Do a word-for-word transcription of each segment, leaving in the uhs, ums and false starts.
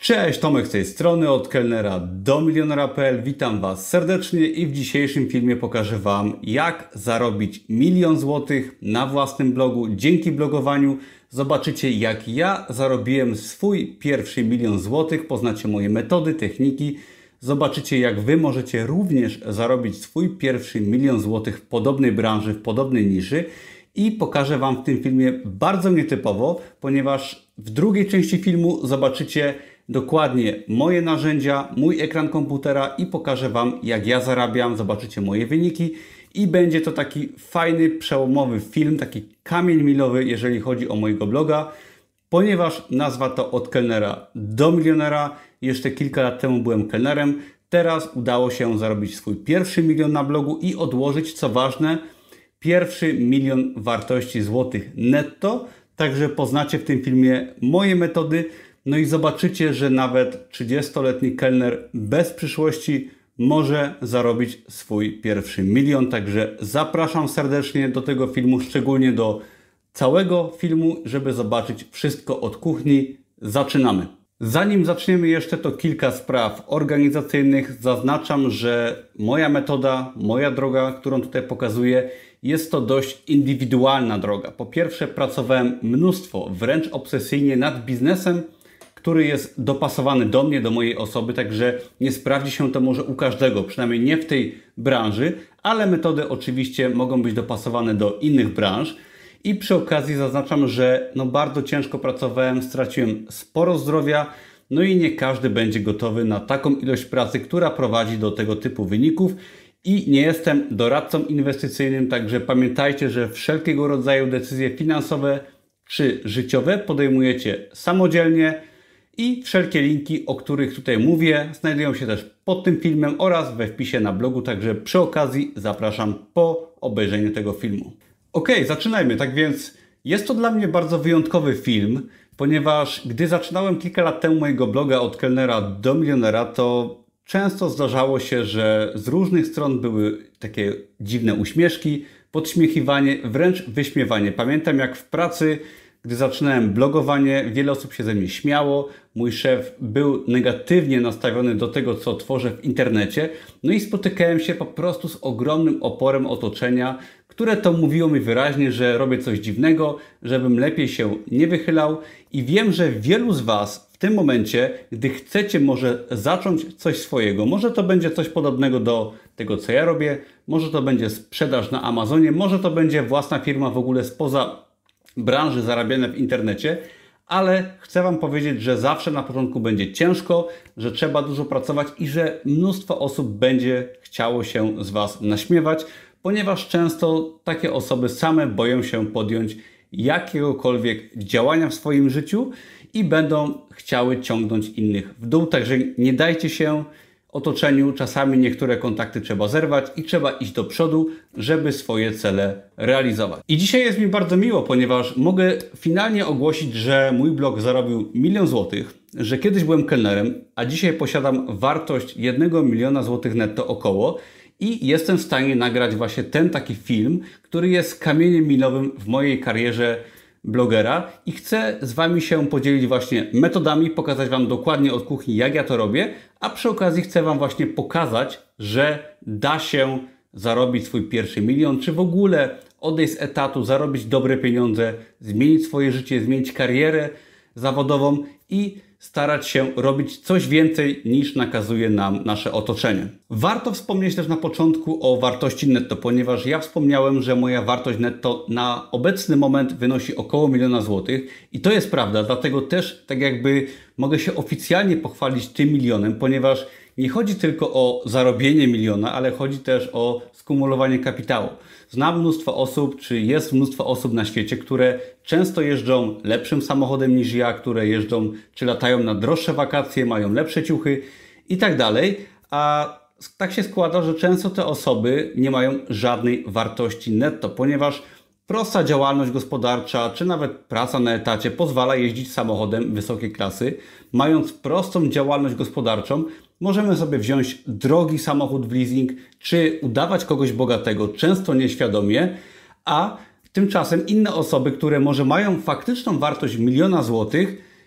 Cześć, Tomek z tej strony, od kelnera do milionera kropka p l. Witam Was serdecznie i w dzisiejszym filmie pokażę Wam, jak zarobić milion złotych na własnym blogu dzięki blogowaniu. Zobaczycie, jak ja zarobiłem swój pierwszy milion złotych, poznacie moje metody, techniki. Zobaczycie, jak Wy możecie również zarobić swój pierwszy milion złotych w podobnej branży, w podobnej niszy. I pokażę Wam w tym filmie bardzo nietypowo, ponieważ w drugiej części filmu zobaczycie dokładnie moje narzędzia, mój ekran komputera i pokażę Wam, jak ja zarabiam, zobaczycie moje wyniki i będzie to taki fajny, przełomowy film, taki kamień milowy, jeżeli chodzi o mojego bloga, ponieważ nazwa to od kelnera do milionera. Jeszcze kilka lat temu byłem kelnerem, teraz udało się zarobić swój pierwszy milion na blogu i odłożyć, co ważne, pierwszy milion wartości złotych netto, także poznacie w tym filmie moje metody. No i zobaczycie, że nawet trzydziestoletni kelner bez przyszłości może zarobić swój pierwszy milion. Także zapraszam serdecznie do tego filmu, szczególnie do całego filmu, żeby zobaczyć wszystko od kuchni. Zaczynamy. Zanim zaczniemy jeszcze, to kilka spraw organizacyjnych. Zaznaczam, że moja metoda, moja droga, którą tutaj pokazuję, jest to dość indywidualna droga. Po pierwsze, pracowałem mnóstwo, wręcz obsesyjnie nad biznesem, który jest dopasowany do mnie, do mojej osoby, także nie sprawdzi się to może u każdego, przynajmniej nie w tej branży, ale metody oczywiście mogą być dopasowane do innych branż. I przy okazji zaznaczam, że no bardzo ciężko pracowałem, straciłem sporo zdrowia, no i nie każdy będzie gotowy na taką ilość pracy, która prowadzi do tego typu wyników. I nie jestem doradcą inwestycyjnym, także pamiętajcie, że wszelkiego rodzaju decyzje finansowe czy życiowe podejmujecie samodzielnie. I wszelkie linki, o których tutaj mówię, znajdują się też pod tym filmem oraz we wpisie na blogu, także przy okazji zapraszam po obejrzeniu tego filmu. Ok, zaczynajmy. Tak więc jest to dla mnie bardzo wyjątkowy film, ponieważ gdy zaczynałem kilka lat temu mojego bloga od kelnera do milionera, to często zdarzało się, że z różnych stron były takie dziwne uśmieszki, podśmiechiwanie, wręcz wyśmiewanie. Pamiętam, jak w pracy, gdy zaczynałem blogowanie, wiele osób się ze mnie śmiało. Mój szef był negatywnie nastawiony do tego, co tworzę w internecie. No i spotykałem się po prostu z ogromnym oporem otoczenia, które to mówiło mi wyraźnie, że robię coś dziwnego, żebym lepiej się nie wychylał. I wiem, że wielu z Was w tym momencie, gdy chcecie może zacząć coś swojego, może to będzie coś podobnego do tego, co ja robię, może to będzie sprzedaż na Amazonie, może to będzie własna firma w ogóle spoza branży zarabiane w internecie, ale chcę Wam powiedzieć, że zawsze na początku będzie ciężko, że trzeba dużo pracować i że mnóstwo osób będzie chciało się z Was naśmiewać, ponieważ często takie osoby same boją się podjąć jakiegokolwiek działania w swoim życiu i będą chciały ciągnąć innych w dół. Także nie dajcie się otoczeniu, czasami niektóre kontakty trzeba zerwać i trzeba iść do przodu, żeby swoje cele realizować. I dzisiaj jest mi bardzo miło, ponieważ mogę finalnie ogłosić, że mój blog zarobił milion złotych, że kiedyś byłem kelnerem, a dzisiaj posiadam wartość jednego miliona złotych netto około i jestem w stanie nagrać właśnie ten taki film, który jest kamieniem milowym w mojej karierze blogera i chcę z Wami się podzielić właśnie metodami, pokazać Wam dokładnie od kuchni, jak ja to robię, a przy okazji chcę Wam właśnie pokazać, że da się zarobić swój pierwszy milion, czy w ogóle odejść z etatu, zarobić dobre pieniądze, zmienić swoje życie, zmienić karierę zawodową i starać się robić coś więcej niż nakazuje nam nasze otoczenie. Warto wspomnieć też na początku o wartości netto, ponieważ ja wspomniałem, że moja wartość netto na obecny moment wynosi około miliona złotych i to jest prawda, dlatego też tak jakby mogę się oficjalnie pochwalić tym milionem, ponieważ nie chodzi tylko o zarobienie miliona, ale chodzi też o skumulowanie kapitału. Znam mnóstwo osób, czy jest mnóstwo osób na świecie, które często jeżdżą lepszym samochodem niż ja, które jeżdżą, czy latają na droższe wakacje, mają lepsze ciuchy i tak dalej, a tak się składa, że często te osoby nie mają żadnej wartości netto, ponieważ prosta działalność gospodarcza, czy nawet praca na etacie pozwala jeździć samochodem wysokiej klasy. Mając prostą działalność gospodarczą, możemy sobie wziąć drogi samochód w leasing, czy udawać kogoś bogatego, często nieświadomie, a tymczasem inne osoby, które może mają faktyczną wartość miliona złotych,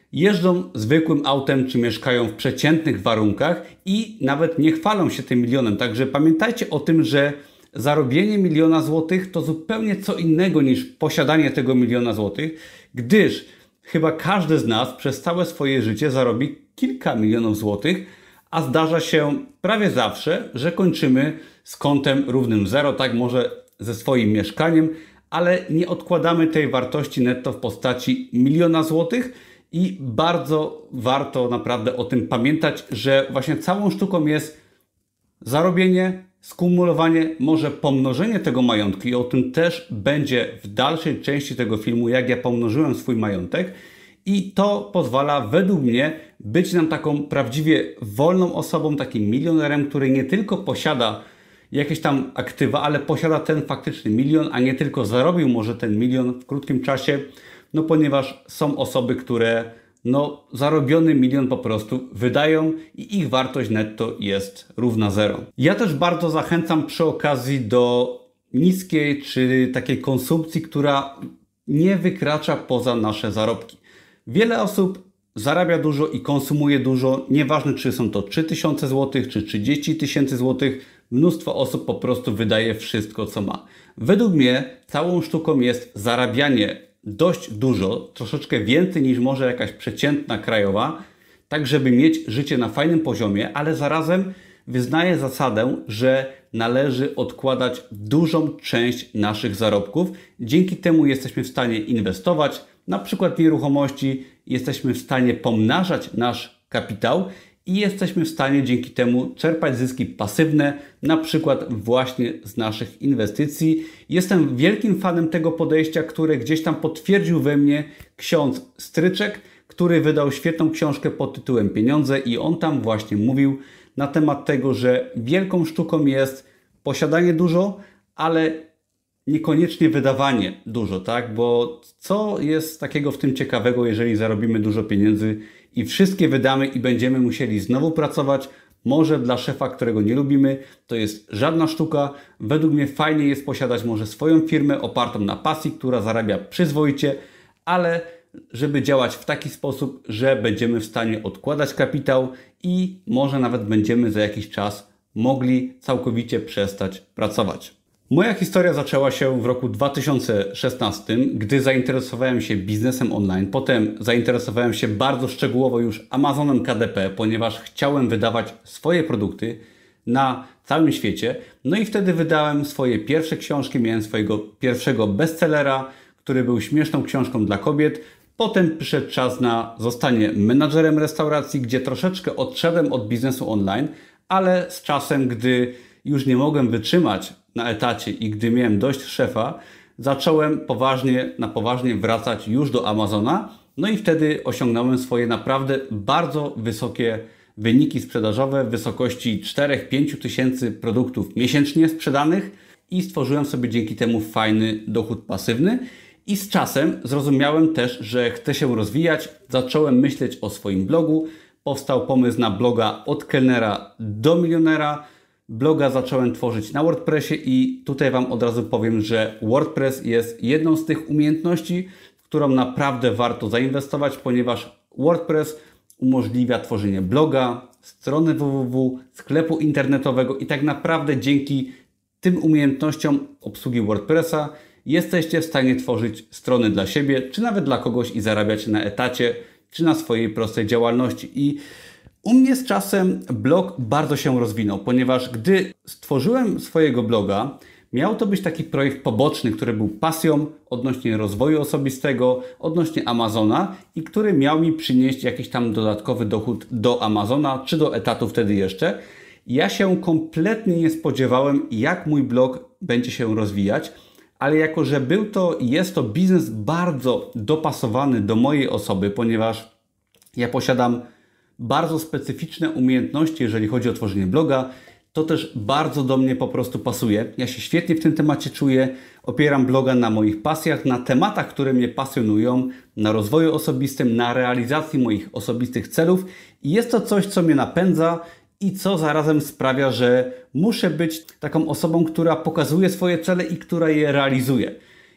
jeżdżą zwykłym autem czy mieszkają w przeciętnych warunkach i nawet nie chwalą się tym milionem. Także pamiętajcie o tym, że zarobienie miliona złotych to zupełnie co innego niż posiadanie tego miliona złotych, gdyż chyba każdy z nas przez całe swoje życie zarobi kilka milionów złotych, a zdarza się prawie zawsze, że kończymy z kontem równym zero, tak może ze swoim mieszkaniem, ale nie odkładamy tej wartości netto w postaci miliona złotych i bardzo warto naprawdę o tym pamiętać, że właśnie całą sztuką jest zarobienie, skumulowanie, może pomnożenie tego majątku i o tym też będzie w dalszej części tego filmu, jak ja pomnożyłem swój majątek i to pozwala według mnie być nam taką prawdziwie wolną osobą, takim milionerem, który nie tylko posiada jakieś tam aktywa, ale posiada ten faktyczny milion, a nie tylko zarobił może ten milion w krótkim czasie, no ponieważ są osoby, które no zarobiony milion po prostu wydają i ich wartość netto jest równa zero. Ja też bardzo zachęcam przy okazji do niskiej czy takiej konsumpcji, która nie wykracza poza nasze zarobki. Wiele osób zarabia dużo i konsumuje dużo, nieważne czy są to trzy tysiące złotych czy trzydzieści tysięcy złotych, mnóstwo osób po prostu wydaje wszystko co ma. Według mnie całą sztuką jest zarabianie dość dużo, troszeczkę więcej niż może jakaś przeciętna krajowa, tak żeby mieć życie na fajnym poziomie, ale zarazem wyznaję zasadę, że należy odkładać dużą część naszych zarobków. Dzięki temu jesteśmy w stanie inwestować, na przykład w nieruchomości, jesteśmy w stanie pomnażać nasz kapitał i jesteśmy w stanie dzięki temu czerpać zyski pasywne, na przykład właśnie z naszych inwestycji. Jestem wielkim fanem tego podejścia, które gdzieś tam potwierdził we mnie ksiądz Stryczek, który wydał świetną książkę pod tytułem Pieniądze i on tam właśnie mówił na temat tego, że wielką sztuką jest posiadanie dużo, ale niekoniecznie wydawanie dużo, tak? Bo co jest takiego w tym ciekawego, jeżeli zarobimy dużo pieniędzy i wszystkie wydamy i będziemy musieli znowu pracować, może dla szefa, którego nie lubimy, to jest żadna sztuka. Według mnie fajnie jest posiadać może swoją firmę opartą na pasji, która zarabia przyzwoicie, ale żeby działać w taki sposób, że będziemy w stanie odkładać kapitał i może nawet będziemy za jakiś czas mogli całkowicie przestać pracować. Moja historia zaczęła się w roku dwa tysiące szesnastym, gdy zainteresowałem się biznesem online. Potem zainteresowałem się bardzo szczegółowo już Amazonem K D P, ponieważ chciałem wydawać swoje produkty na całym świecie. No i wtedy wydałem swoje pierwsze książki, miałem swojego pierwszego bestsellera, który był śmieszną książką dla kobiet. Potem przyszedł czas na zostanie menadżerem restauracji, gdzie troszeczkę odszedłem od biznesu online, ale z czasem, gdy już nie mogłem wytrzymać na etacie i gdy miałem dość szefa, zacząłem poważnie, na poważnie wracać już do Amazona. No i wtedy osiągnąłem swoje naprawdę bardzo wysokie wyniki sprzedażowe w wysokości cztery do pięciu tysięcy produktów miesięcznie sprzedanych i stworzyłem sobie dzięki temu fajny dochód pasywny. I z czasem zrozumiałem też, że chcę się rozwijać. Zacząłem myśleć o swoim blogu. Powstał pomysł na bloga od kelnera do milionera. Bloga zacząłem tworzyć na WordPressie i tutaj Wam od razu powiem, że WordPress jest jedną z tych umiejętności, w którą naprawdę warto zainwestować, ponieważ WordPress umożliwia tworzenie bloga, strony www, sklepu internetowego i tak naprawdę dzięki tym umiejętnościom obsługi WordPressa jesteście w stanie tworzyć strony dla siebie, czy nawet dla kogoś i zarabiać na etacie, czy na swojej prostej działalności. I u mnie z czasem blog bardzo się rozwinął, ponieważ gdy stworzyłem swojego bloga, miał to być taki projekt poboczny, który był pasją odnośnie rozwoju osobistego, odnośnie Amazona i który miał mi przynieść jakiś tam dodatkowy dochód do Amazona, czy do etatu wtedy jeszcze. Ja się kompletnie nie spodziewałem, jak mój blog będzie się rozwijać, ale jako że był to i jest to biznes bardzo dopasowany do mojej osoby, ponieważ ja posiadam bardzo specyficzne umiejętności, jeżeli chodzi o tworzenie bloga, to też bardzo do mnie po prostu pasuje. Ja się świetnie w tym temacie czuję, opieram bloga na moich pasjach, na tematach, które mnie pasjonują, na rozwoju osobistym, na realizacji moich osobistych celów i jest to coś, co mnie napędza i co zarazem sprawia, że muszę być taką osobą, która pokazuje swoje cele i która je realizuje.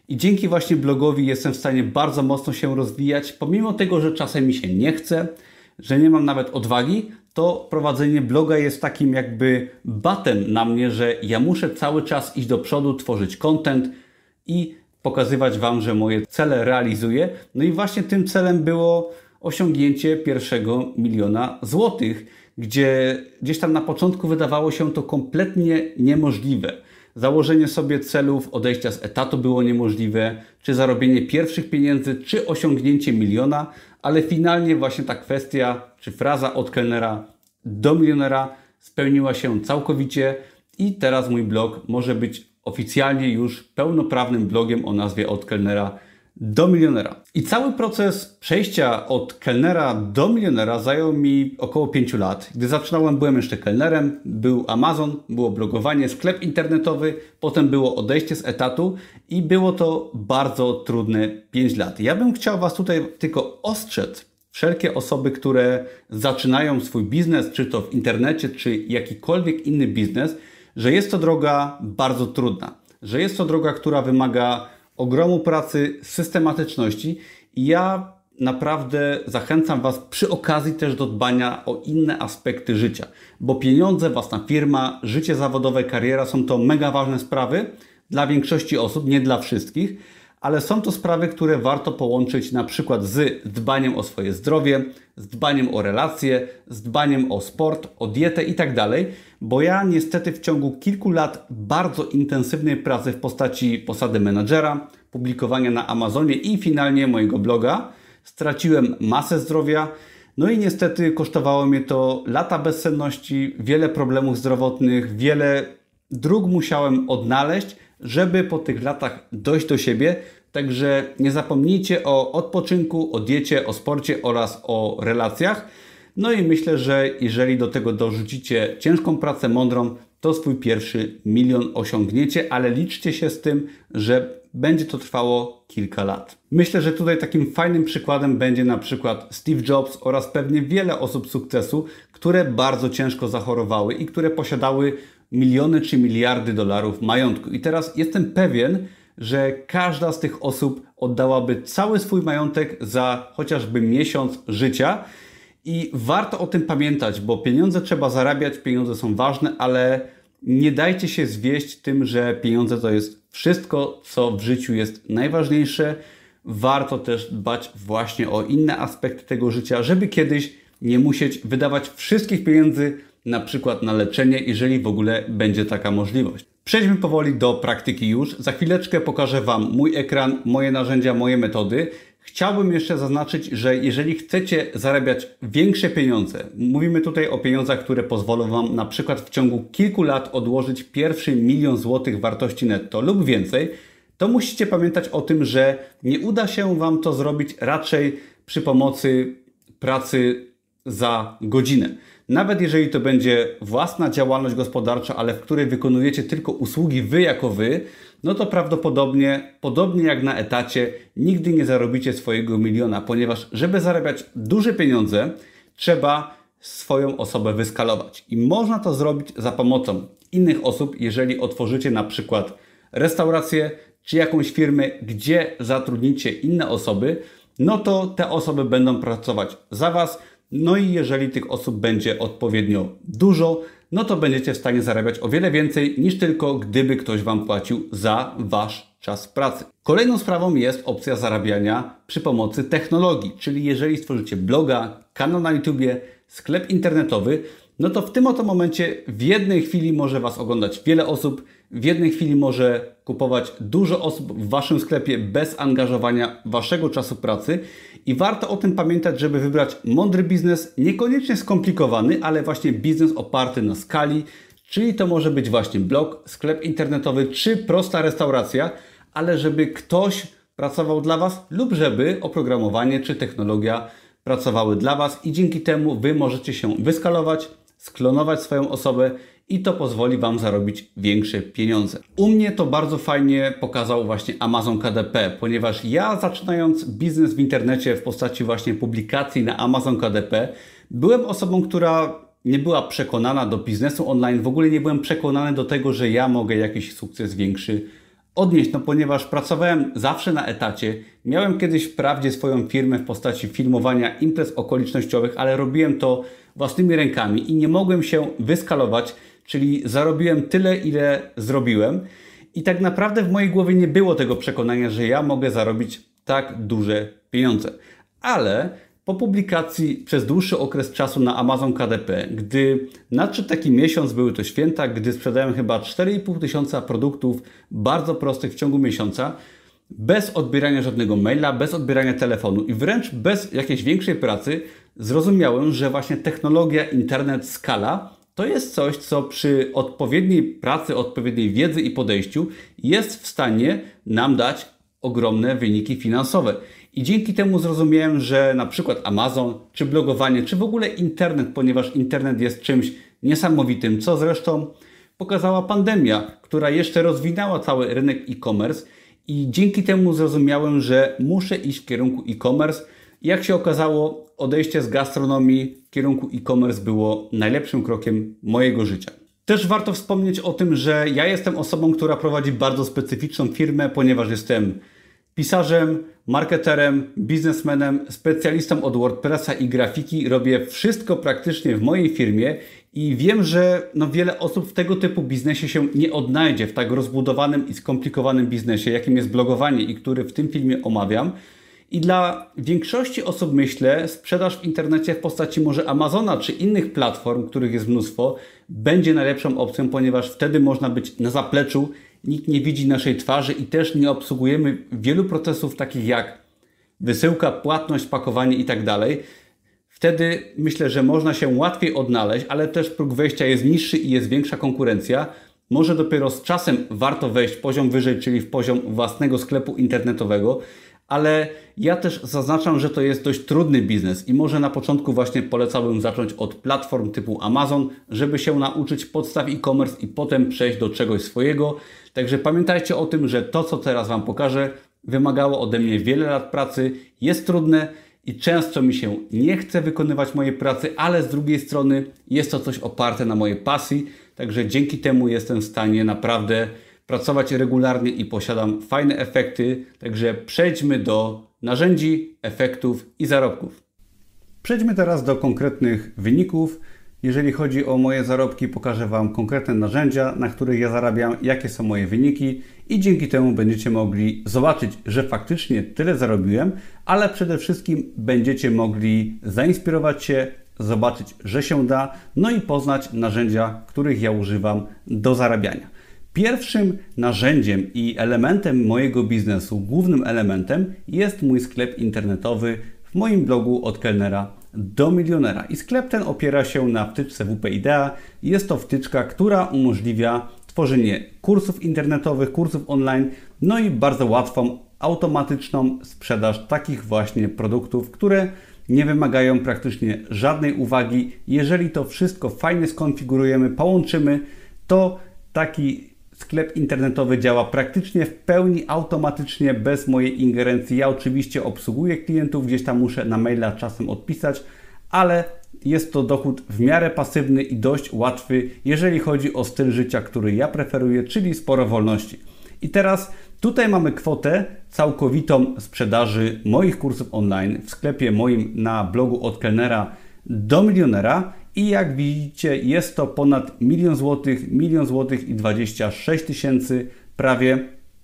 I dzięki właśnie blogowi jestem w stanie bardzo mocno się rozwijać, pomimo tego, że czasem mi się nie chce, że nie mam nawet odwagi, to prowadzenie bloga jest takim jakby batem na mnie, że ja muszę cały czas iść do przodu, tworzyć content i pokazywać Wam, że moje cele realizuję. No i właśnie tym celem było osiągnięcie pierwszego miliona złotych, gdzie gdzieś tam na początku wydawało się to kompletnie niemożliwe. Założenie sobie celów odejścia z etatu było niemożliwe, czy zarobienie pierwszych pieniędzy, czy osiągnięcie miliona, ale finalnie właśnie ta kwestia, czy fraza od kelnera do milionera spełniła się całkowicie i teraz mój blog może być oficjalnie już pełnoprawnym blogiem o nazwie Od kelnera do milionera. I cały proces przejścia od kelnera do milionera zajął mi około pięciu lat. Gdy zaczynałem, byłem jeszcze kelnerem, był Amazon, było blogowanie, sklep internetowy, potem było odejście z etatu i było to bardzo trudne pięć lat. Ja bym chciał Was tutaj tylko ostrzec wszelkie osoby, które zaczynają swój biznes, czy to w internecie, czy jakikolwiek inny biznes, że jest to droga bardzo trudna, że jest to droga, która wymaga ogromu pracy, systematyczności i ja naprawdę zachęcam Was przy okazji też do dbania o inne aspekty życia, bo pieniądze, własna firma, życie zawodowe, kariera są to mega ważne sprawy dla większości osób, nie dla wszystkich, ale są to sprawy, które warto połączyć na przykład z dbaniem o swoje zdrowie, z dbaniem o relacje, z dbaniem o sport, o dietę i tak dalej, bo ja niestety w ciągu kilku lat bardzo intensywnej pracy w postaci posady menadżera, publikowania na Amazonie i finalnie mojego bloga straciłem masę zdrowia, no i niestety kosztowało mnie to lata bezsenności, wiele problemów zdrowotnych, wiele dróg musiałem odnaleźć, żeby po tych latach dojść do siebie. Także nie zapomnijcie o odpoczynku, o diecie, o sporcie oraz o relacjach. No i myślę, że jeżeli do tego dorzucicie ciężką pracę mądrą, to swój pierwszy milion osiągniecie, ale liczcie się z tym, że będzie to trwało kilka lat. Myślę, że tutaj takim fajnym przykładem będzie na przykład Steve Jobs oraz pewnie wiele osób sukcesu, które bardzo ciężko zachorowały i które posiadały miliony czy miliardy dolarów majątku. I teraz jestem pewien, że każda z tych osób oddałaby cały swój majątek za chociażby miesiąc życia i warto o tym pamiętać, bo pieniądze trzeba zarabiać, pieniądze są ważne, ale nie dajcie się zwieść tym, że pieniądze to jest wszystko, co w życiu jest najważniejsze. Warto też dbać właśnie o inne aspekty tego życia, żeby kiedyś nie musieć wydawać wszystkich pieniędzy na przykład na leczenie, jeżeli w ogóle będzie taka możliwość. Przejdźmy powoli do praktyki już. Za chwileczkę pokażę Wam mój ekran, moje narzędzia, moje metody. Chciałbym jeszcze zaznaczyć, że jeżeli chcecie zarabiać większe pieniądze, mówimy tutaj o pieniądzach, które pozwolą Wam na przykład w ciągu kilku lat odłożyć pierwszy milion złotych wartości netto lub więcej, to musicie pamiętać o tym, że nie uda się Wam to zrobić raczej przy pomocy pracy za godzinę. Nawet jeżeli to będzie własna działalność gospodarcza, ale w której wykonujecie tylko usługi Wy jako Wy, no to prawdopodobnie, podobnie jak na etacie, nigdy nie zarobicie swojego miliona, ponieważ żeby zarabiać duże pieniądze, trzeba swoją osobę wyskalować. I można to zrobić za pomocą innych osób, jeżeli otworzycie na przykład restaurację czy jakąś firmę, gdzie zatrudnicie inne osoby, no to te osoby będą pracować za Was. No i jeżeli tych osób będzie odpowiednio dużo, no to będziecie w stanie zarabiać o wiele więcej niż tylko gdyby ktoś Wam płacił za Wasz czas pracy. Kolejną sprawą jest opcja zarabiania przy pomocy technologii, czyli jeżeli stworzycie bloga, kanał na YouTubie, sklep internetowy, no to w tym oto momencie w jednej chwili może Was oglądać wiele osób, w jednej chwili może kupować dużo osób w Waszym sklepie bez angażowania Waszego czasu pracy i warto o tym pamiętać, żeby wybrać mądry biznes, niekoniecznie skomplikowany, ale właśnie biznes oparty na skali, czyli to może być właśnie blog, sklep internetowy czy prosta restauracja, ale żeby ktoś pracował dla Was lub żeby oprogramowanie czy technologia pracowały dla Was i dzięki temu Wy możecie się wyskalować, sklonować swoją osobę i to pozwoli Wam zarobić większe pieniądze. U mnie to bardzo fajnie pokazał właśnie Amazon K D P, ponieważ ja zaczynając biznes w internecie w postaci właśnie publikacji na Amazon K D P, byłem osobą, która nie była przekonana do biznesu online, w ogóle nie byłem przekonany do tego, że ja mogę jakiś sukces większy odnieść, no ponieważ pracowałem zawsze na etacie. Miałem kiedyś wprawdzie swoją firmę w postaci filmowania imprez okolicznościowych, ale robiłem to własnymi rękami i nie mogłem się wyskalować, czyli zarobiłem tyle, ile zrobiłem. I tak naprawdę w mojej głowie nie było tego przekonania, że ja mogę zarobić tak duże pieniądze. Ale po publikacji przez dłuższy okres czasu na Amazon K D P, gdy nadszedł taki miesiąc, były to święta, gdy sprzedałem chyba cztery i pół tysiąca produktów bardzo prostych w ciągu miesiąca, bez odbierania żadnego maila, bez odbierania telefonu i wręcz bez jakiejś większej pracy, zrozumiałem, że właśnie technologia, internet, skala to jest coś, co przy odpowiedniej pracy, odpowiedniej wiedzy i podejściu jest w stanie nam dać ogromne wyniki finansowe. I dzięki temu zrozumiałem, że na przykład Amazon, czy blogowanie, czy w ogóle internet, ponieważ internet jest czymś niesamowitym, co zresztą pokazała pandemia, która jeszcze rozwinęła cały rynek e-commerce i dzięki temu zrozumiałem, że muszę iść w kierunku e-commerce. Jak się okazało, odejście z gastronomii w kierunku e-commerce było najlepszym krokiem mojego życia. Też warto wspomnieć o tym, że ja jestem osobą, która prowadzi bardzo specyficzną firmę, ponieważ jestem pisarzem, marketerem, biznesmenem, specjalistą od WordPressa i grafiki. Robię wszystko praktycznie w mojej firmie i wiem, że no wiele osób w tego typu biznesie się nie odnajdzie, w tak rozbudowanym i skomplikowanym biznesie, jakim jest blogowanie i który w tym filmie omawiam. I dla większości osób, myślę, sprzedaż w internecie w postaci może Amazona czy innych platform, których jest mnóstwo, będzie najlepszą opcją, ponieważ wtedy można być na zapleczu, nikt nie widzi naszej twarzy i też nie obsługujemy wielu procesów takich jak wysyłka, płatność, pakowanie i tak dalej. Wtedy myślę, że można się łatwiej odnaleźć, ale też próg wejścia jest niższy i jest większa konkurencja. Może dopiero z czasem warto wejść poziom wyżej, czyli w poziom własnego sklepu internetowego, ale ja też zaznaczam, że to jest dość trudny biznes i może na początku właśnie polecałbym zacząć od platform typu Amazon, żeby się nauczyć podstaw e-commerce i potem przejść do czegoś swojego. Także pamiętajcie o tym, że to, co teraz Wam pokażę, wymagało ode mnie wiele lat pracy, jest trudne i często mi się nie chce wykonywać mojej pracy, ale z drugiej strony jest to coś oparte na mojej pasji, także dzięki temu jestem w stanie naprawdę pracować regularnie i posiadam fajne efekty, także przejdźmy do narzędzi, efektów i zarobków. Przejdźmy teraz do konkretnych wyników. Jeżeli chodzi o moje zarobki, pokażę Wam konkretne narzędzia, na których ja zarabiam, jakie są moje wyniki i dzięki temu będziecie mogli zobaczyć, że faktycznie tyle zarobiłem, ale przede wszystkim będziecie mogli zainspirować się, zobaczyć, że się da, no i poznać narzędzia, których ja używam do zarabiania. Pierwszym narzędziem i elementem mojego biznesu, głównym elementem jest mój sklep internetowy w moim blogu Od kelnera do milionera. I sklep ten opiera się na wtyczce W P Idea. Jest to wtyczka, która umożliwia tworzenie kursów internetowych, kursów online, no i bardzo łatwą, automatyczną sprzedaż takich właśnie produktów, które nie wymagają praktycznie żadnej uwagi. Jeżeli to wszystko fajnie skonfigurujemy, połączymy, to taki sklep internetowy działa praktycznie w pełni automatycznie, bez mojej ingerencji. Ja oczywiście obsługuję klientów, gdzieś tam muszę na maila czasem odpisać, ale jest to dochód w miarę pasywny i dość łatwy, jeżeli chodzi o styl życia, który ja preferuję, czyli sporo wolności. I teraz tutaj mamy kwotę całkowitą sprzedaży moich kursów online w sklepie moim na blogu Od kelnera do milionera. I jak widzicie, jest to ponad milion złotych, milion złotych i dwadzieścia sześć tysięcy prawie.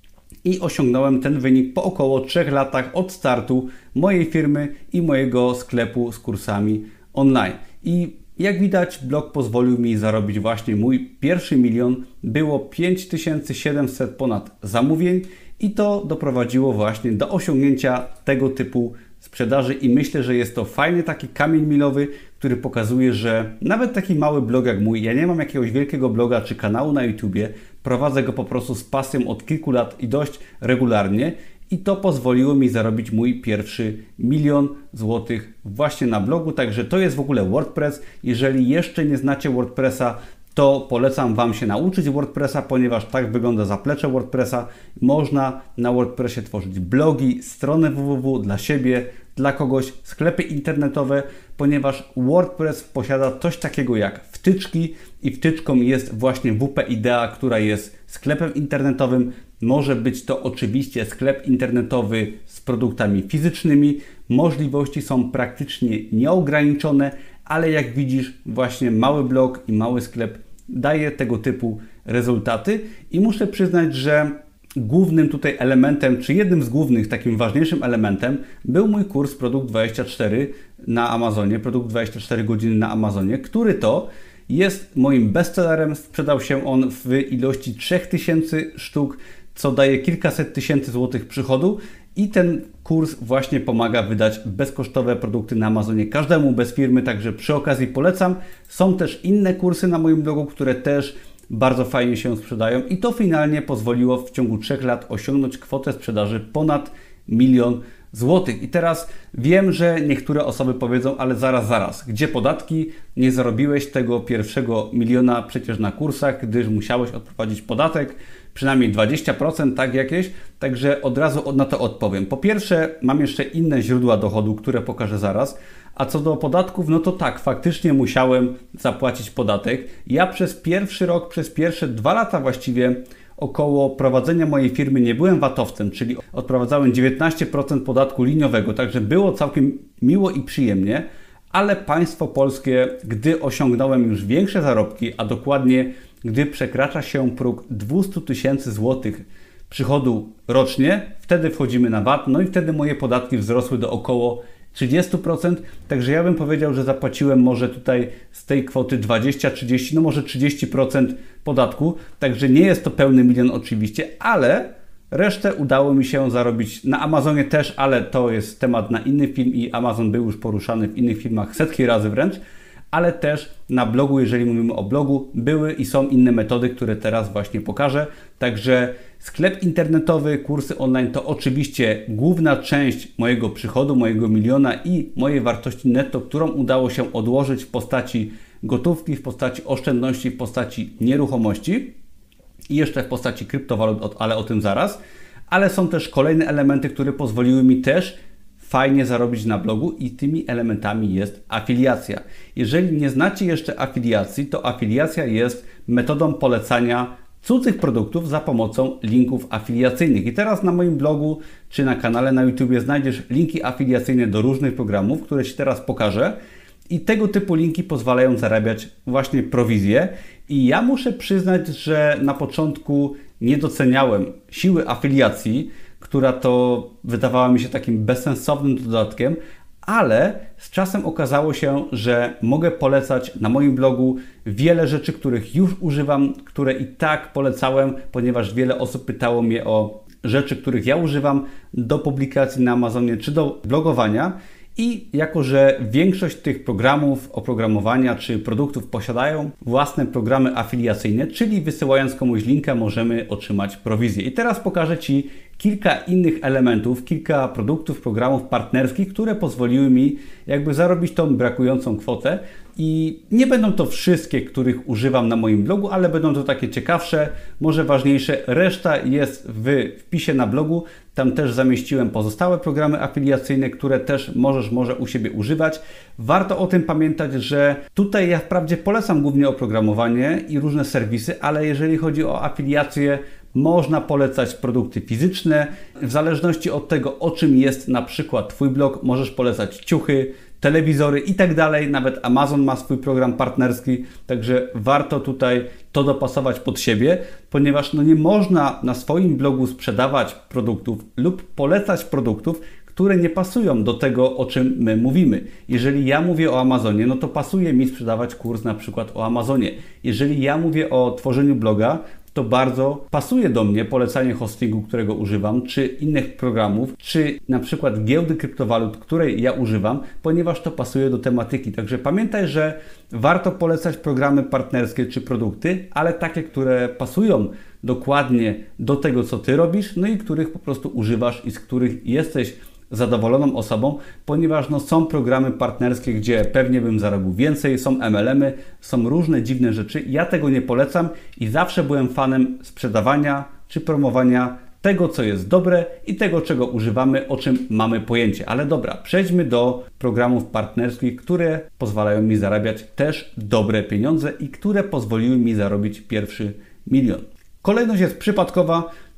I osiągnąłem ten wynik po około trzech latach od startu mojej firmy i mojego sklepu z kursami online. I jak widać, blog pozwolił mi zarobić właśnie mój pierwszy milion. Było pięć tysięcy siedemset ponad zamówień i to doprowadziło właśnie do osiągnięcia tego typu sprzedaży i myślę, że jest to fajny taki kamień milowy, który pokazuje, że nawet taki mały blog jak mój, ja nie mam jakiegoś wielkiego bloga czy kanału na YouTubie, prowadzę go po prostu z pasją od kilku lat i dość regularnie i to pozwoliło mi zarobić mój pierwszy milion złotych właśnie na blogu, także to jest w ogóle WordPress. Jeżeli jeszcze nie znacie WordPressa, to polecam Wam się nauczyć WordPressa, ponieważ tak wygląda zaplecze WordPressa. Można na WordPressie tworzyć blogi, strony www dla siebie, dla kogoś, sklepy internetowe, ponieważ WordPress posiada coś takiego jak wtyczki i wtyczką jest właśnie W P Idea, która jest sklepem internetowym. Może być to oczywiście sklep internetowy z produktami fizycznymi. Możliwości są praktycznie nieograniczone, ale jak widzisz, właśnie mały blog i mały sklep daje tego typu rezultaty i muszę przyznać, że głównym tutaj elementem, czy jednym z głównych, takim ważniejszym elementem był mój kurs Produkt dwadzieścia cztery na Amazonie, Produkt dwadzieścia cztery godziny na Amazonie, który to jest moim bestsellerem. Sprzedał się on w ilości trzech tysięcy sztuk, co daje kilkaset tysięcy złotych przychodu i ten kurs właśnie pomaga wydać bezkosztowe produkty na Amazonie każdemu bez firmy, także przy okazji polecam. Są też inne kursy na moim blogu, które też bardzo fajnie się sprzedają i to finalnie pozwoliło w ciągu trzech lat osiągnąć kwotę sprzedaży ponad milion złotych. I teraz wiem, że niektóre osoby powiedzą, ale zaraz, zaraz, gdzie podatki? Nie zarobiłeś tego pierwszego miliona przecież na kursach, gdyż musiałeś odprowadzić podatek, przynajmniej dwadzieścia procent, tak jakieś, także od razu na to odpowiem. Po pierwsze, mam jeszcze inne źródła dochodu, które pokażę zaraz, a co do podatków, no to tak, faktycznie musiałem zapłacić podatek. Ja przez pierwszy rok, przez pierwsze dwa lata właściwie około prowadzenia mojej firmy nie byłem vatowcem, czyli odprowadzałem dziewiętnaście procent podatku liniowego, także było całkiem miło i przyjemnie, ale państwo polskie, gdy osiągnąłem już większe zarobki, a dokładnie gdy przekracza się próg dwieście tysięcy złotych przychodu rocznie, wtedy wchodzimy na V A T, no i wtedy moje podatki wzrosły do około trzydzieści procent, także ja bym powiedział, że zapłaciłem może tutaj z tej kwoty dwadzieścia trzydzieści, no może trzydzieści procent podatku, także nie jest to pełny milion oczywiście, ale resztę udało mi się zarobić na Amazonie też, ale to jest temat na inny film i Amazon był już poruszany w innych filmach setki razy wręcz, ale też na blogu, jeżeli mówimy o blogu, były i są inne metody, które teraz właśnie pokażę. Także sklep internetowy, kursy online to oczywiście główna część mojego przychodu, mojego miliona i mojej wartości netto, którą udało się odłożyć w postaci gotówki, w postaci oszczędności, w postaci nieruchomości i jeszcze w postaci kryptowalut, ale o tym zaraz. Ale są też kolejne elementy, które pozwoliły mi też fajnie zarobić na blogu i tymi elementami jest afiliacja. Jeżeli nie znacie jeszcze afiliacji, to afiliacja jest metodą polecania cudzych produktów za pomocą linków afiliacyjnych. I teraz na moim blogu czy na kanale na YouTube znajdziesz linki afiliacyjne do różnych programów, które Ci teraz pokażę. I tego typu linki pozwalają zarabiać właśnie prowizję. I ja muszę przyznać, że na początku nie doceniałem siły afiliacji, która to wydawała mi się takim bezsensownym dodatkiem, ale z czasem okazało się, że mogę polecać na moim blogu wiele rzeczy, których już używam, które i tak polecałem, ponieważ wiele osób pytało mnie o rzeczy, których ja używam do publikacji na Amazonie czy do blogowania. I jako, że większość tych programów oprogramowania czy produktów posiadają własne programy afiliacyjne, czyli wysyłając komuś linka możemy otrzymać prowizję. I teraz pokażę Ci kilka innych elementów, kilka produktów, programów partnerskich, które pozwoliły mi jakby zarobić tą brakującą kwotę. I nie będą to wszystkie, których używam na moim blogu, ale będą to takie ciekawsze, może ważniejsze. Reszta jest w wpisie na blogu. Tam też zamieściłem pozostałe programy afiliacyjne, które też możesz może u siebie używać. Warto o tym pamiętać, że tutaj ja wprawdzie polecam głównie oprogramowanie i różne serwisy, ale jeżeli chodzi o afiliację, można polecać produkty fizyczne. W zależności od tego, o czym jest na przykład Twój blog, możesz polecać ciuchy, telewizory i tak dalej. Nawet Amazon ma swój program partnerski, także warto tutaj to dopasować pod siebie, ponieważ no nie można na swoim blogu sprzedawać produktów lub polecać produktów, które nie pasują do tego, o czym my mówimy. Jeżeli ja mówię o Amazonie, no to pasuje mi sprzedawać kurs na przykład o Amazonie. Jeżeli ja mówię o tworzeniu bloga, to bardzo pasuje do mnie polecanie hostingu, którego używam, czy innych programów, czy na przykład giełdy kryptowalut, której ja używam, ponieważ to pasuje do tematyki. Także pamiętaj, że warto polecać programy partnerskie czy produkty, ale takie, które pasują dokładnie do tego, co Ty robisz, no i których po prostu używasz i z których jesteś zadowoloną osobą, ponieważ no, są programy partnerskie, gdzie pewnie bym zarobił więcej, są M L M-y, są różne dziwne rzeczy. Ja tego nie polecam i zawsze byłem fanem sprzedawania czy promowania tego, co jest dobre i tego, czego używamy, o czym mamy pojęcie. Ale dobra, przejdźmy do programów partnerskich, które pozwalają mi zarabiać też dobre pieniądze i które pozwoliły mi zarobić pierwszy milion. Kolejność jest przypadkowa,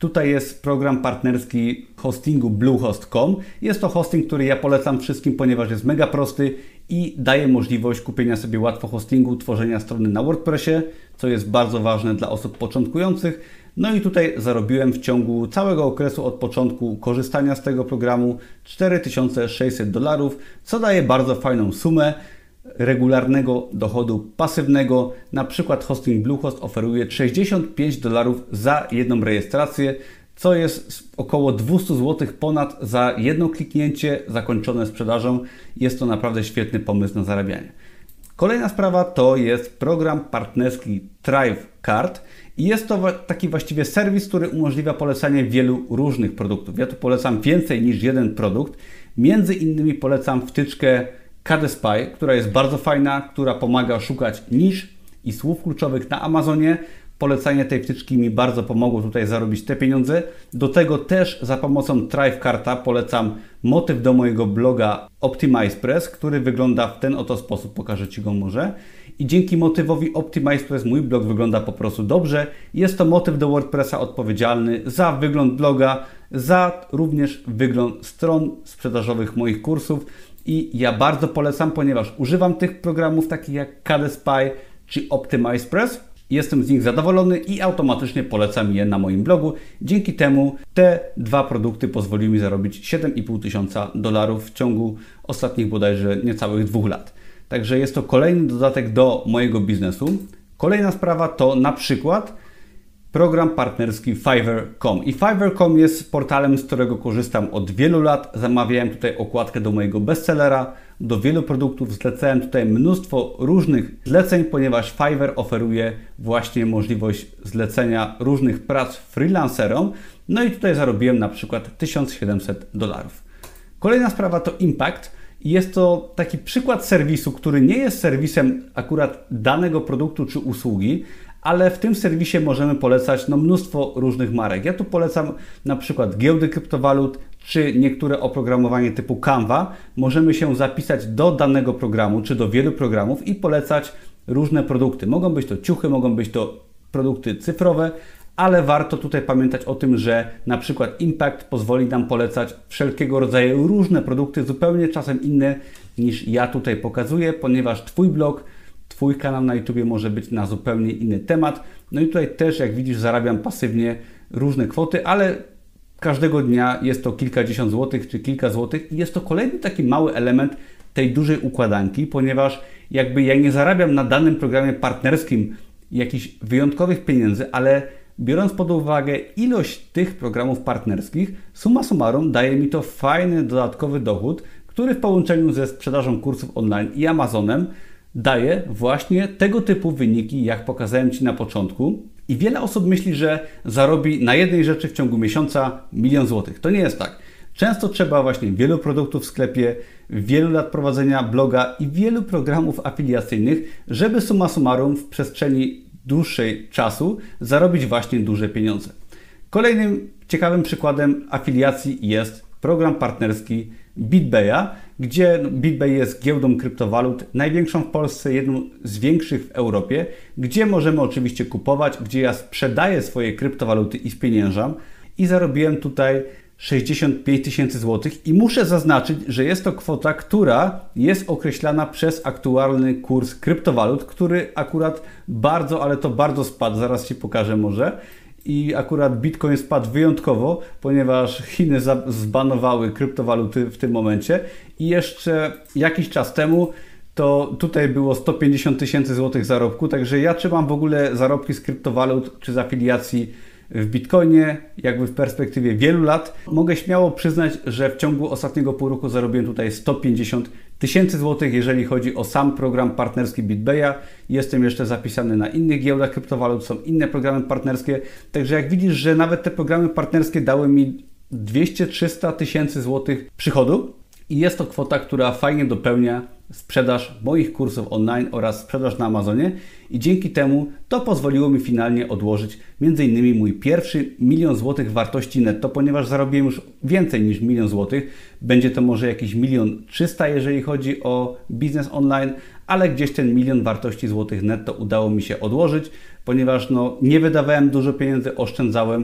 Tutaj jest program partnerski hostingu bluehost kropka com. Jest to hosting, który ja polecam wszystkim, ponieważ jest mega prosty i daje możliwość kupienia sobie łatwo hostingu, tworzenia strony na WordPressie, co jest bardzo ważne dla osób początkujących. No i tutaj zarobiłem w ciągu całego okresu od początku korzystania z tego programu cztery tysiące sześćset dolarów, co daje bardzo fajną sumę regularnego dochodu pasywnego. Na przykład hosting Bluehost oferuje sześćdziesiąt pięć dolarów za jedną rejestrację, co jest około dwieście złotych ponad za jedno kliknięcie zakończone sprzedażą. Jest to naprawdę świetny pomysł na zarabianie. Kolejna sprawa to jest program partnerski Thrivecart i jest to taki właściwie serwis, który umożliwia polecanie wielu różnych produktów. Ja tu polecam więcej niż jeden produkt. Między innymi polecam wtyczkę Kadespy, która jest bardzo fajna, która pomaga szukać nisz i słów kluczowych na Amazonie. Polecanie tej wtyczki mi bardzo pomogło tutaj zarobić te pieniądze. Do tego też za pomocą Thrivecarta polecam motyw do mojego bloga OptimizePress, który wygląda w ten oto sposób. Pokażę Ci go może. I dzięki motywowi OptimizePress mój blog wygląda po prostu dobrze. Jest to motyw do WordPressa odpowiedzialny za wygląd bloga, za również wygląd stron sprzedażowych moich kursów. I ja bardzo polecam, ponieważ używam tych programów takich jak Kadespy czy OptimizePress. Jestem z nich zadowolony i automatycznie polecam je na moim blogu. Dzięki temu te dwa produkty pozwoliły mi zarobić siedem i pół tysiąca dolarów w ciągu ostatnich bodajże niecałych dwóch lat. Także jest to kolejny dodatek do mojego biznesu. Kolejna sprawa to na przykład program partnerski Fiverr kropka com. I Fiverr kropka com jest portalem, z którego korzystam od wielu lat. Zamawiałem tutaj okładkę do mojego bestsellera, do wielu produktów. Zlecałem tutaj mnóstwo różnych zleceń, ponieważ Fiverr oferuje właśnie możliwość zlecenia różnych prac freelancerom. No i tutaj zarobiłem na przykład tysiąc siedemset dolarów. Kolejna sprawa to Impact. I jest to taki przykład serwisu, który nie jest serwisem akurat danego produktu czy usługi, ale w tym serwisie możemy polecać no, mnóstwo różnych marek. Ja tu polecam na przykład giełdy kryptowalut, czy niektóre oprogramowanie typu Canva. Możemy się zapisać do danego programu, czy do wielu programów i polecać różne produkty. Mogą być to ciuchy, mogą być to produkty cyfrowe, ale warto tutaj pamiętać o tym, że na przykład Impact pozwoli nam polecać wszelkiego rodzaju różne produkty, zupełnie czasem inne niż ja tutaj pokazuję, ponieważ Twój blog, Twój kanał na YouTube może być na zupełnie inny temat. No i tutaj też, jak widzisz, zarabiam pasywnie różne kwoty, ale każdego dnia jest to kilkadziesiąt złotych czy kilka złotych i jest to kolejny taki mały element tej dużej układanki, ponieważ jakby ja nie zarabiam na danym programie partnerskim jakichś wyjątkowych pieniędzy, ale biorąc pod uwagę ilość tych programów partnerskich, summa summarum daje mi to fajny dodatkowy dochód, który w połączeniu ze sprzedażą kursów online i Amazonem daje właśnie tego typu wyniki, jak pokazałem Ci na początku. I wiele osób myśli, że zarobi na jednej rzeczy w ciągu miesiąca milion złotych. To nie jest tak. Często trzeba właśnie wielu produktów w sklepie, wielu lat prowadzenia bloga i wielu programów afiliacyjnych, żeby summa summarum w przestrzeni dłuższej czasu zarobić właśnie duże pieniądze. Kolejnym ciekawym przykładem afiliacji jest program partnerski BitBaya, gdzie BitBay jest giełdą kryptowalut, największą w Polsce, jedną z większych w Europie, gdzie możemy oczywiście kupować, gdzie ja sprzedaję swoje kryptowaluty i spieniężam i zarobiłem tutaj sześćdziesiąt pięć tysięcy złotych i muszę zaznaczyć, że jest to kwota, która jest określana przez aktualny kurs kryptowalut, który akurat bardzo, ale to bardzo spadł, zaraz Ci pokażę może. I akurat Bitcoin spadł wyjątkowo, ponieważ Chiny zbanowały kryptowaluty w tym momencie i jeszcze jakiś czas temu to tutaj było sto pięćdziesiąt tysięcy złotych zarobku, także ja trzymam w ogóle zarobki z kryptowalut czy z afiliacji w Bitcoinie, jakby w perspektywie wielu lat. Mogę śmiało przyznać, że w ciągu ostatniego pół roku zarobiłem tutaj sto pięćdziesiąt tysięcy złotych, jeżeli chodzi o sam program partnerski BitBaya. Jestem jeszcze zapisany na innych giełdach kryptowalut, są inne programy partnerskie, także jak widzisz, że nawet te programy partnerskie dały mi dwieście trzysta tysięcy złotych przychodu i jest to kwota, która fajnie dopełnia sprzedaż moich kursów online oraz sprzedaż na Amazonie i dzięki temu to pozwoliło mi finalnie odłożyć między innymi mój pierwszy milion złotych wartości netto, ponieważ zarobiłem już więcej niż milion złotych. Będzie to może jakiś milion trzysta, jeżeli chodzi o biznes online, ale gdzieś ten milion wartości złotych netto udało mi się odłożyć, ponieważ no, nie wydawałem dużo pieniędzy, oszczędzałem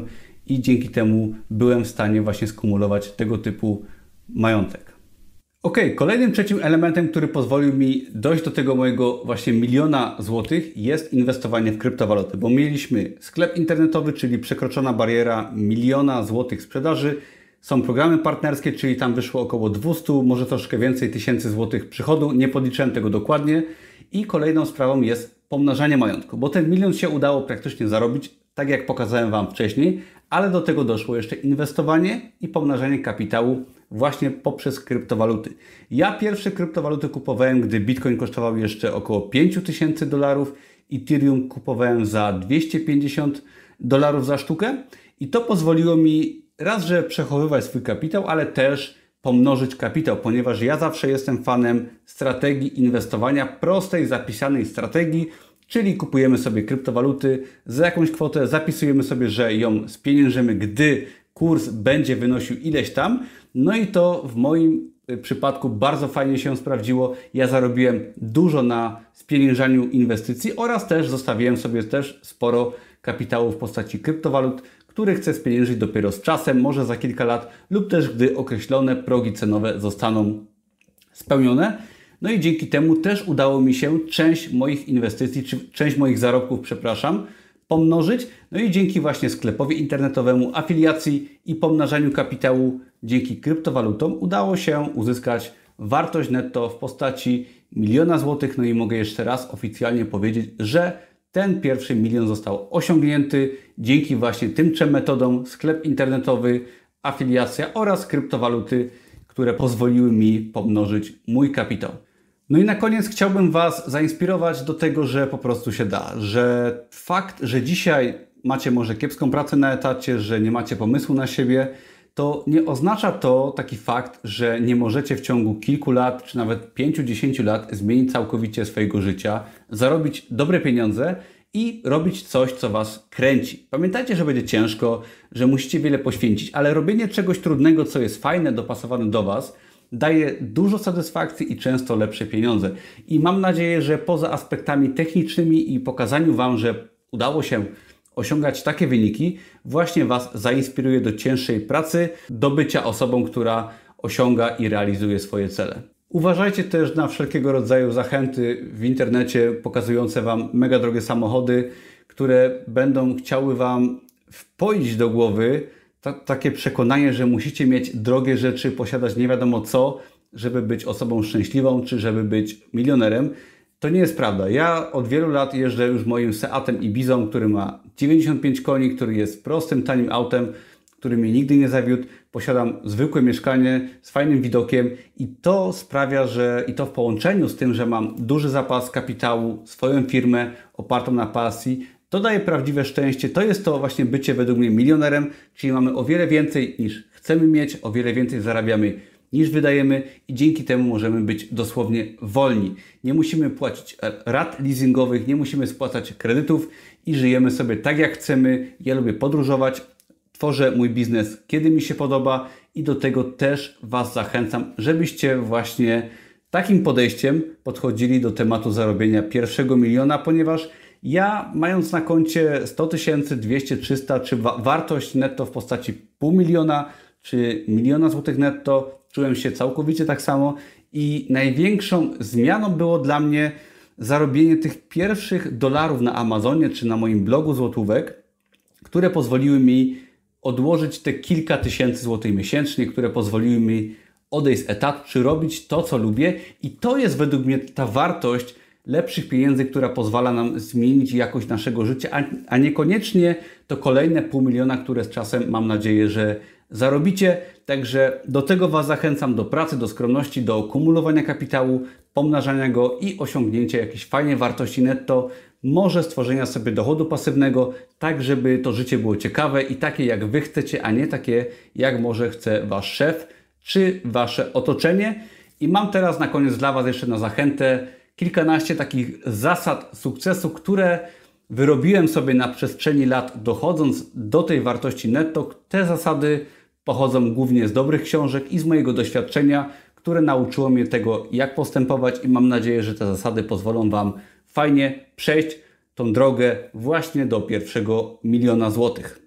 i dzięki temu byłem w stanie właśnie skumulować tego typu majątek. Ok, kolejnym trzecim elementem, który pozwolił mi dojść do tego mojego właśnie miliona złotych, jest inwestowanie w kryptowaluty, bo mieliśmy sklep internetowy, czyli przekroczona bariera miliona złotych sprzedaży. Są programy partnerskie, czyli tam wyszło około dwieście, może troszkę więcej tysięcy złotych przychodu. Nie podliczyłem tego dokładnie. I kolejną sprawą jest pomnażanie majątku, bo ten milion się udało praktycznie zarobić, tak jak pokazałem Wam wcześniej, ale do tego doszło jeszcze inwestowanie i pomnażanie kapitału właśnie poprzez kryptowaluty. Ja pierwsze kryptowaluty kupowałem, gdy Bitcoin kosztował jeszcze około pięć tysięcy dolarów, Ethereum kupowałem za dwieście pięćdziesiąt dolarów za sztukę i to pozwoliło mi raz, że przechowywać swój kapitał, ale też pomnożyć kapitał, ponieważ ja zawsze jestem fanem strategii inwestowania, prostej, zapisanej strategii, czyli kupujemy sobie kryptowaluty za jakąś kwotę, zapisujemy sobie, że ją spieniężymy, gdy kurs będzie wynosił ileś tam. No i to w moim przypadku bardzo fajnie się sprawdziło. Ja zarobiłem dużo na spieniężaniu inwestycji oraz też zostawiłem sobie też sporo kapitału w postaci kryptowalut, który chcę spieniężyć dopiero z czasem, może za kilka lat lub też gdy określone progi cenowe zostaną spełnione. No i dzięki temu też udało mi się część moich inwestycji, czy część moich zarobków, przepraszam, pomnożyć. No i dzięki właśnie sklepowi internetowemu, afiliacji i pomnażaniu kapitału dzięki kryptowalutom udało się uzyskać wartość netto w postaci miliona złotych. No i mogę jeszcze raz oficjalnie powiedzieć, że ten pierwszy milion został osiągnięty dzięki właśnie tym trzem metodom: sklep internetowy, afiliacja oraz kryptowaluty, które pozwoliły mi pomnożyć mój kapitał. No i na koniec chciałbym Was zainspirować do tego, że po prostu się da, że fakt, że dzisiaj macie może kiepską pracę na etacie, że nie macie pomysłu na siebie, to nie oznacza to taki fakt, że nie możecie w ciągu kilku lat, czy nawet pięciu, dziesięciu lat zmienić całkowicie swojego życia, zarobić dobre pieniądze i robić coś, co Was kręci. Pamiętajcie, że będzie ciężko, że musicie wiele poświęcić, ale robienie czegoś trudnego, co jest fajne, dopasowane do Was, daje dużo satysfakcji i często lepsze pieniądze. I mam nadzieję, że poza aspektami technicznymi i pokazaniu Wam, że udało się osiągać takie wyniki, właśnie Was zainspiruje do cięższej pracy, do bycia osobą, która osiąga i realizuje swoje cele. Uważajcie też na wszelkiego rodzaju zachęty w internecie pokazujące Wam mega drogie samochody, które będą chciały Wam wpoić do głowy ta, takie przekonanie, że musicie mieć drogie rzeczy, posiadać nie wiadomo co, żeby być osobą szczęśliwą, czy żeby być milionerem. To nie jest prawda. Ja od wielu lat jeżdżę już moim Seatem Ibizą, który ma dziewięćdziesiąt pięć koni, który jest prostym, tanim autem, który mnie nigdy nie zawiódł. Posiadam zwykłe mieszkanie z fajnym widokiem i to sprawia, że i to w połączeniu z tym, że mam duży zapas kapitału, swoją firmę opartą na pasji, to daje prawdziwe szczęście. To jest to właśnie bycie według mnie milionerem, czyli mamy o wiele więcej niż chcemy mieć, o wiele więcej zarabiamy niż wydajemy i dzięki temu możemy być dosłownie wolni. Nie musimy płacić rat leasingowych, nie musimy spłacać kredytów i żyjemy sobie tak jak chcemy. Ja lubię podróżować, tworzę mój biznes kiedy mi się podoba i do tego też Was zachęcam, żebyście właśnie takim podejściem podchodzili do tematu zarobienia pierwszego miliona, ponieważ ja, mając na koncie sto tysięcy, dwieście, trzysta, czy wa wartość netto w postaci pół miliona, czy miliona złotych netto, czułem się całkowicie tak samo i największą zmianą było dla mnie zarobienie tych pierwszych dolarów na Amazonie, czy na moim blogu złotówek, które pozwoliły mi odłożyć te kilka tysięcy złotych miesięcznie, które pozwoliły mi odejść z etatu, czy robić to, co lubię. I to jest według mnie ta wartość lepszych pieniędzy, która pozwala nam zmienić jakość naszego życia, a, a niekoniecznie to kolejne pół miliona, które z czasem mam nadzieję, że zarobicie. Także do tego Was zachęcam, do pracy, do skromności, do kumulowania kapitału, pomnażania go i osiągnięcia jakiejś fajnej wartości netto, może stworzenia sobie dochodu pasywnego, tak żeby to życie było ciekawe i takie jak Wy chcecie, a nie takie jak może chce Wasz szef czy Wasze otoczenie. I mam teraz na koniec dla Was jeszcze na zachętę kilkanaście takich zasad sukcesu, które wyrobiłem sobie na przestrzeni lat, dochodząc do tej wartości netto. Te zasady pochodzą głównie z dobrych książek i z mojego doświadczenia, które nauczyło mnie tego, jak postępować i mam nadzieję, że te zasady pozwolą Wam fajnie przejść tą drogę właśnie do pierwszego miliona złotych.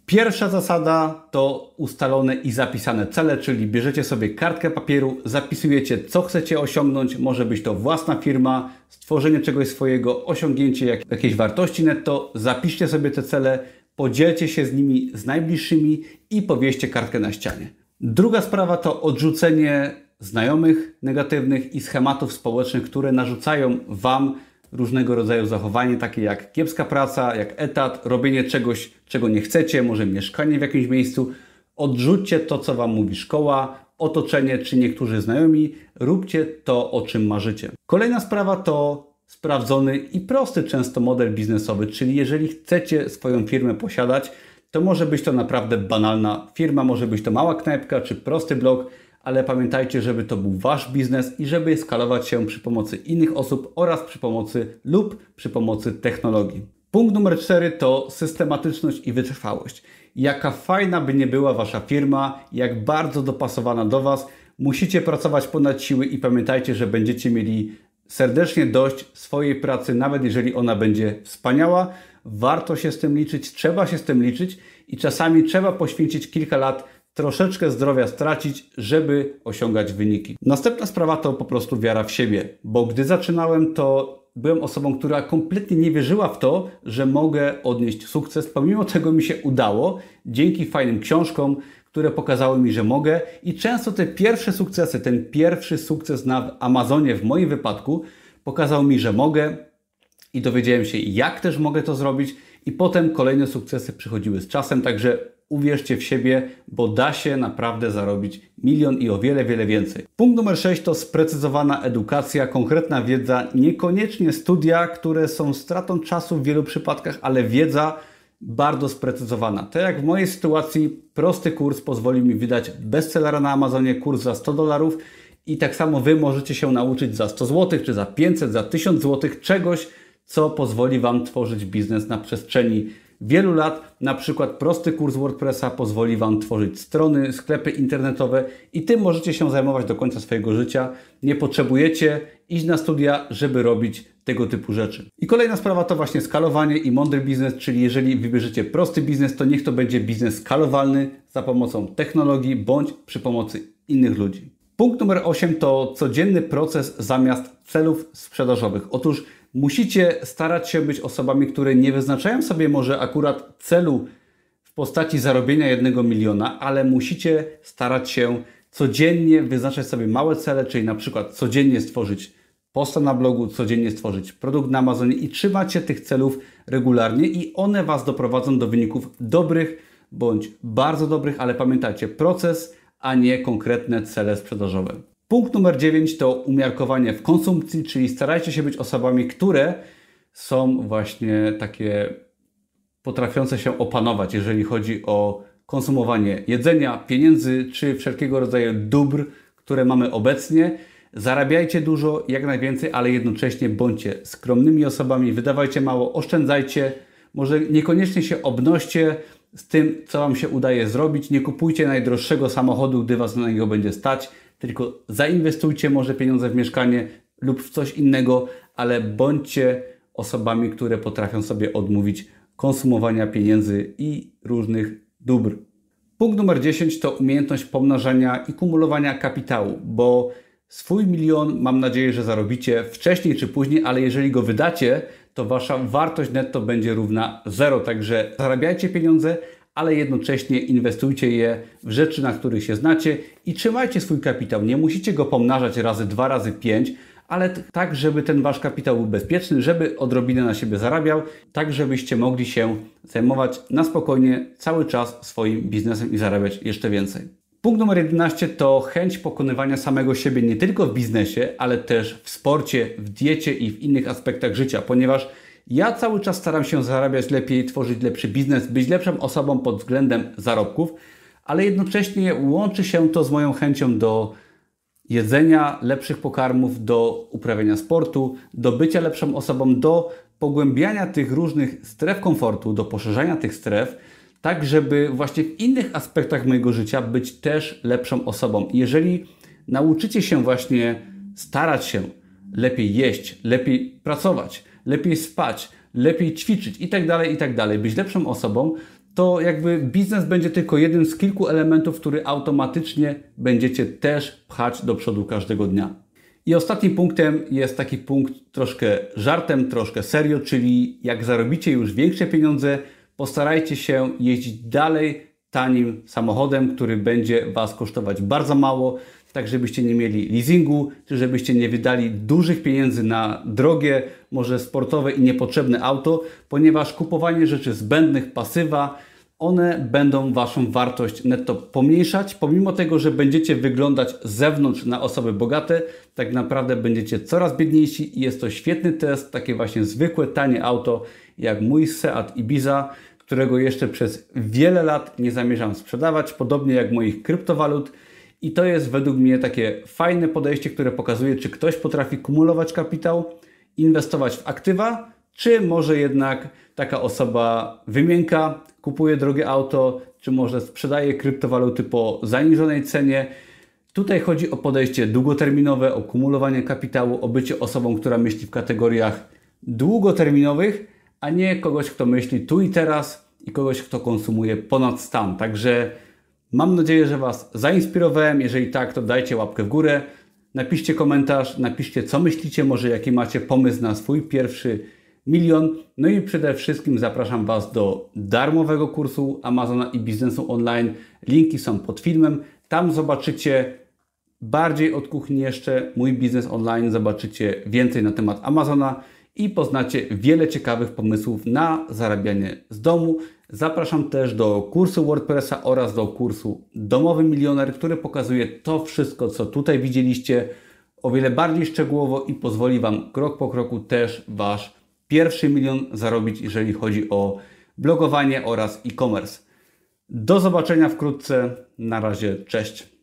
Pierwsza zasada to ustalone i zapisane cele, czyli bierzecie sobie kartkę papieru, zapisujecie, co chcecie osiągnąć. Może być to własna firma, stworzenie czegoś swojego, osiągnięcie jak, jakiejś wartości netto. Zapiszcie sobie te cele, podzielcie się z nimi z najbliższymi i powieście kartkę na ścianie. Druga sprawa to odrzucenie znajomych negatywnych i schematów społecznych, które narzucają Wam różnego rodzaju zachowanie, takie jak kiepska praca, jak etat, robienie czegoś, czego nie chcecie, może mieszkanie w jakimś miejscu. Odrzućcie to, co Wam mówi szkoła, otoczenie czy niektórzy znajomi. Róbcie to, o czym marzycie. Kolejna sprawa to sprawdzony i prosty często model biznesowy, czyli jeżeli chcecie swoją firmę posiadać, to może być to naprawdę banalna firma, może być to mała knajpka czy prosty blog, ale pamiętajcie, żeby to był Wasz biznes i żeby skalować się przy pomocy innych osób oraz przy pomocy lub przy pomocy technologii. Punkt numer cztery to systematyczność i wytrwałość. Jaka fajna by nie była Wasza firma, jak bardzo dopasowana do Was, musicie pracować ponad siły i pamiętajcie, że będziecie mieli serdecznie dość swojej pracy, nawet jeżeli ona będzie wspaniała. Warto się z tym liczyć, trzeba się z tym liczyć i czasami trzeba poświęcić kilka lat, troszeczkę zdrowia stracić, żeby osiągać wyniki. Następna sprawa to po prostu wiara w siebie, bo gdy zaczynałem, to byłem osobą, która kompletnie nie wierzyła w to, że mogę odnieść sukces. Pomimo tego mi się udało, dzięki fajnym książkom, które pokazały mi, że mogę i często te pierwsze sukcesy, ten pierwszy sukces na Amazonie w moim wypadku pokazał mi, że mogę i dowiedziałem się, jak też mogę to zrobić i potem kolejne sukcesy przychodziły z czasem, także uwierzcie w siebie, bo da się naprawdę zarobić milion i o wiele, wiele więcej. Punkt numer sześć to sprecyzowana edukacja, konkretna wiedza, niekoniecznie studia, które są stratą czasu w wielu przypadkach, ale wiedza bardzo sprecyzowana. Tak jak w mojej sytuacji, prosty kurs pozwoli mi wydać bestsellera na Amazonie, kurs za sto dolarów i tak samo Wy możecie się nauczyć za sto złotych, czy za pięćset, za tysiąc złotych czegoś, co pozwoli Wam tworzyć biznes na przestrzeni wielu lat. Na przykład prosty kurs WordPressa pozwoli Wam tworzyć strony, sklepy internetowe i tym możecie się zajmować do końca swojego życia. Nie potrzebujecie iść na studia, żeby robić tego typu rzeczy. I kolejna sprawa to właśnie skalowanie i mądry biznes, czyli jeżeli wybierzecie prosty biznes, to niech to będzie biznes skalowalny za pomocą technologii bądź przy pomocy innych ludzi. Punkt numer osiem to codzienny proces zamiast celów sprzedażowych. Otóż musicie starać się być osobami, które nie wyznaczają sobie może akurat celu w postaci zarobienia jednego miliona, ale musicie starać się codziennie wyznaczać sobie małe cele, czyli na przykład codziennie stworzyć posta na blogu, codziennie stworzyć produkt na Amazonie i trzymać się tych celów regularnie i one Was doprowadzą do wyników dobrych bądź bardzo dobrych, ale pamiętajcie, proces, a nie konkretne cele sprzedażowe. Punkt numer dziewięć to umiarkowanie w konsumpcji, czyli starajcie się być osobami, które są właśnie takie potrafiące się opanować, jeżeli chodzi o konsumowanie jedzenia, pieniędzy czy wszelkiego rodzaju dóbr, które mamy obecnie. Zarabiajcie dużo, jak najwięcej, ale jednocześnie bądźcie skromnymi osobami, wydawajcie mało, oszczędzajcie, może niekoniecznie się obnoście z tym, co Wam się udaje zrobić. Nie kupujcie najdroższego samochodu, gdy Was na niego będzie stać, tylko zainwestujcie może pieniądze w mieszkanie lub w coś innego, ale bądźcie osobami, które potrafią sobie odmówić konsumowania pieniędzy i różnych dóbr. Punkt numer dziesięć to umiejętność pomnażania i kumulowania kapitału, bo swój milion mam nadzieję, że zarobicie wcześniej czy później, ale jeżeli go wydacie, to Wasza wartość netto będzie równa zero. Także zarabiajcie pieniądze, ale jednocześnie inwestujcie je w rzeczy, na których się znacie i trzymajcie swój kapitał. Nie musicie go pomnażać razy dwa, razy pięć, ale tak, żeby ten Wasz kapitał był bezpieczny, żeby odrobinę na siebie zarabiał, tak żebyście mogli się zajmować na spokojnie cały czas swoim biznesem i zarabiać jeszcze więcej. Punkt numer jedenaście to chęć pokonywania samego siebie nie tylko w biznesie, ale też w sporcie, w diecie i w innych aspektach życia, ponieważ ja cały czas staram się zarabiać lepiej, tworzyć lepszy biznes, być lepszą osobą pod względem zarobków, ale jednocześnie łączy się to z moją chęcią do jedzenia lepszych pokarmów, do uprawiania sportu, do bycia lepszą osobą, do pogłębiania tych różnych stref komfortu, do poszerzania tych stref, tak żeby właśnie w innych aspektach mojego życia być też lepszą osobą. Jeżeli nauczycie się właśnie starać się lepiej jeść, lepiej pracować, lepiej spać, lepiej ćwiczyć i tak dalej, i tak dalej, być lepszą osobą, to jakby biznes będzie tylko jednym z kilku elementów, który automatycznie będziecie też pchać do przodu każdego dnia. I ostatnim punktem jest taki punkt troszkę żartem, troszkę serio, czyli jak zarobicie już większe pieniądze, postarajcie się jeździć dalej tanim samochodem, który będzie Was kosztować bardzo mało, tak żebyście nie mieli leasingu, czy żebyście nie wydali dużych pieniędzy na drogie, może sportowe i niepotrzebne auto, ponieważ kupowanie rzeczy zbędnych, pasywa, one będą Waszą wartość netto pomniejszać. Pomimo tego, że będziecie wyglądać z zewnątrz na osoby bogate, tak naprawdę będziecie coraz biedniejsi i jest to świetny test, takie właśnie zwykłe, tanie auto, jak mój Seat Ibiza, którego jeszcze przez wiele lat nie zamierzam sprzedawać, podobnie jak moich kryptowalut. I to jest według mnie takie fajne podejście, które pokazuje, czy ktoś potrafi kumulować kapitał, inwestować w aktywa, czy może jednak taka osoba wymienka, kupuje drogie auto, czy może sprzedaje kryptowaluty po zaniżonej cenie. Tutaj chodzi o podejście długoterminowe, o kumulowanie kapitału, o bycie osobą, która myśli w kategoriach długoterminowych, a nie kogoś, kto myśli tu i teraz i kogoś, kto konsumuje ponad stan. Także mam nadzieję, że Was zainspirowałem. Jeżeli tak, to dajcie łapkę w górę. Napiszcie komentarz, napiszcie, co myślicie, może jaki macie pomysł na swój pierwszy milion. No i przede wszystkim zapraszam Was do darmowego kursu Amazona i biznesu online. Linki są pod filmem. Tam zobaczycie bardziej od kuchni jeszcze mój biznes online. Zobaczycie więcej na temat Amazona i poznacie wiele ciekawych pomysłów na zarabianie z domu. Zapraszam też do kursu WordPressa oraz do kursu Domowy Milioner, który pokazuje to wszystko, co tutaj widzieliście, o wiele bardziej szczegółowo i pozwoli Wam krok po kroku też Wasz pierwszy milion zarobić, jeżeli chodzi o blogowanie oraz e-commerce. Do zobaczenia wkrótce. Na razie, cześć.